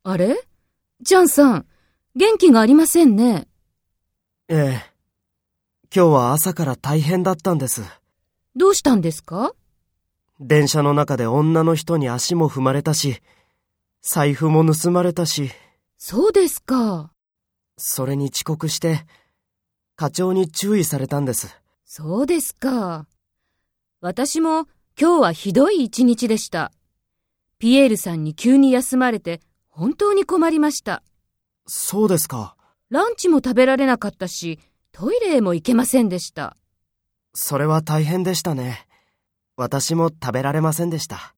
あれ？ジャンさん、元気がありませんね。 ええ。今日は朝から大変だったんです。 どうしたんですか？ 電車の中で女の人に足も踏まれたし、財布も盗まれたし。 そうですか。 それに遅刻して、課長に注意されたんです。 そうですか。私も今日はひどい一日でした。ピエールさんに急に休まれて本当に困りました。 そうですか。 ランチも食べられなかったし、トイレへも行けませんでした。 それは大変でしたね。私も食べられませんでした。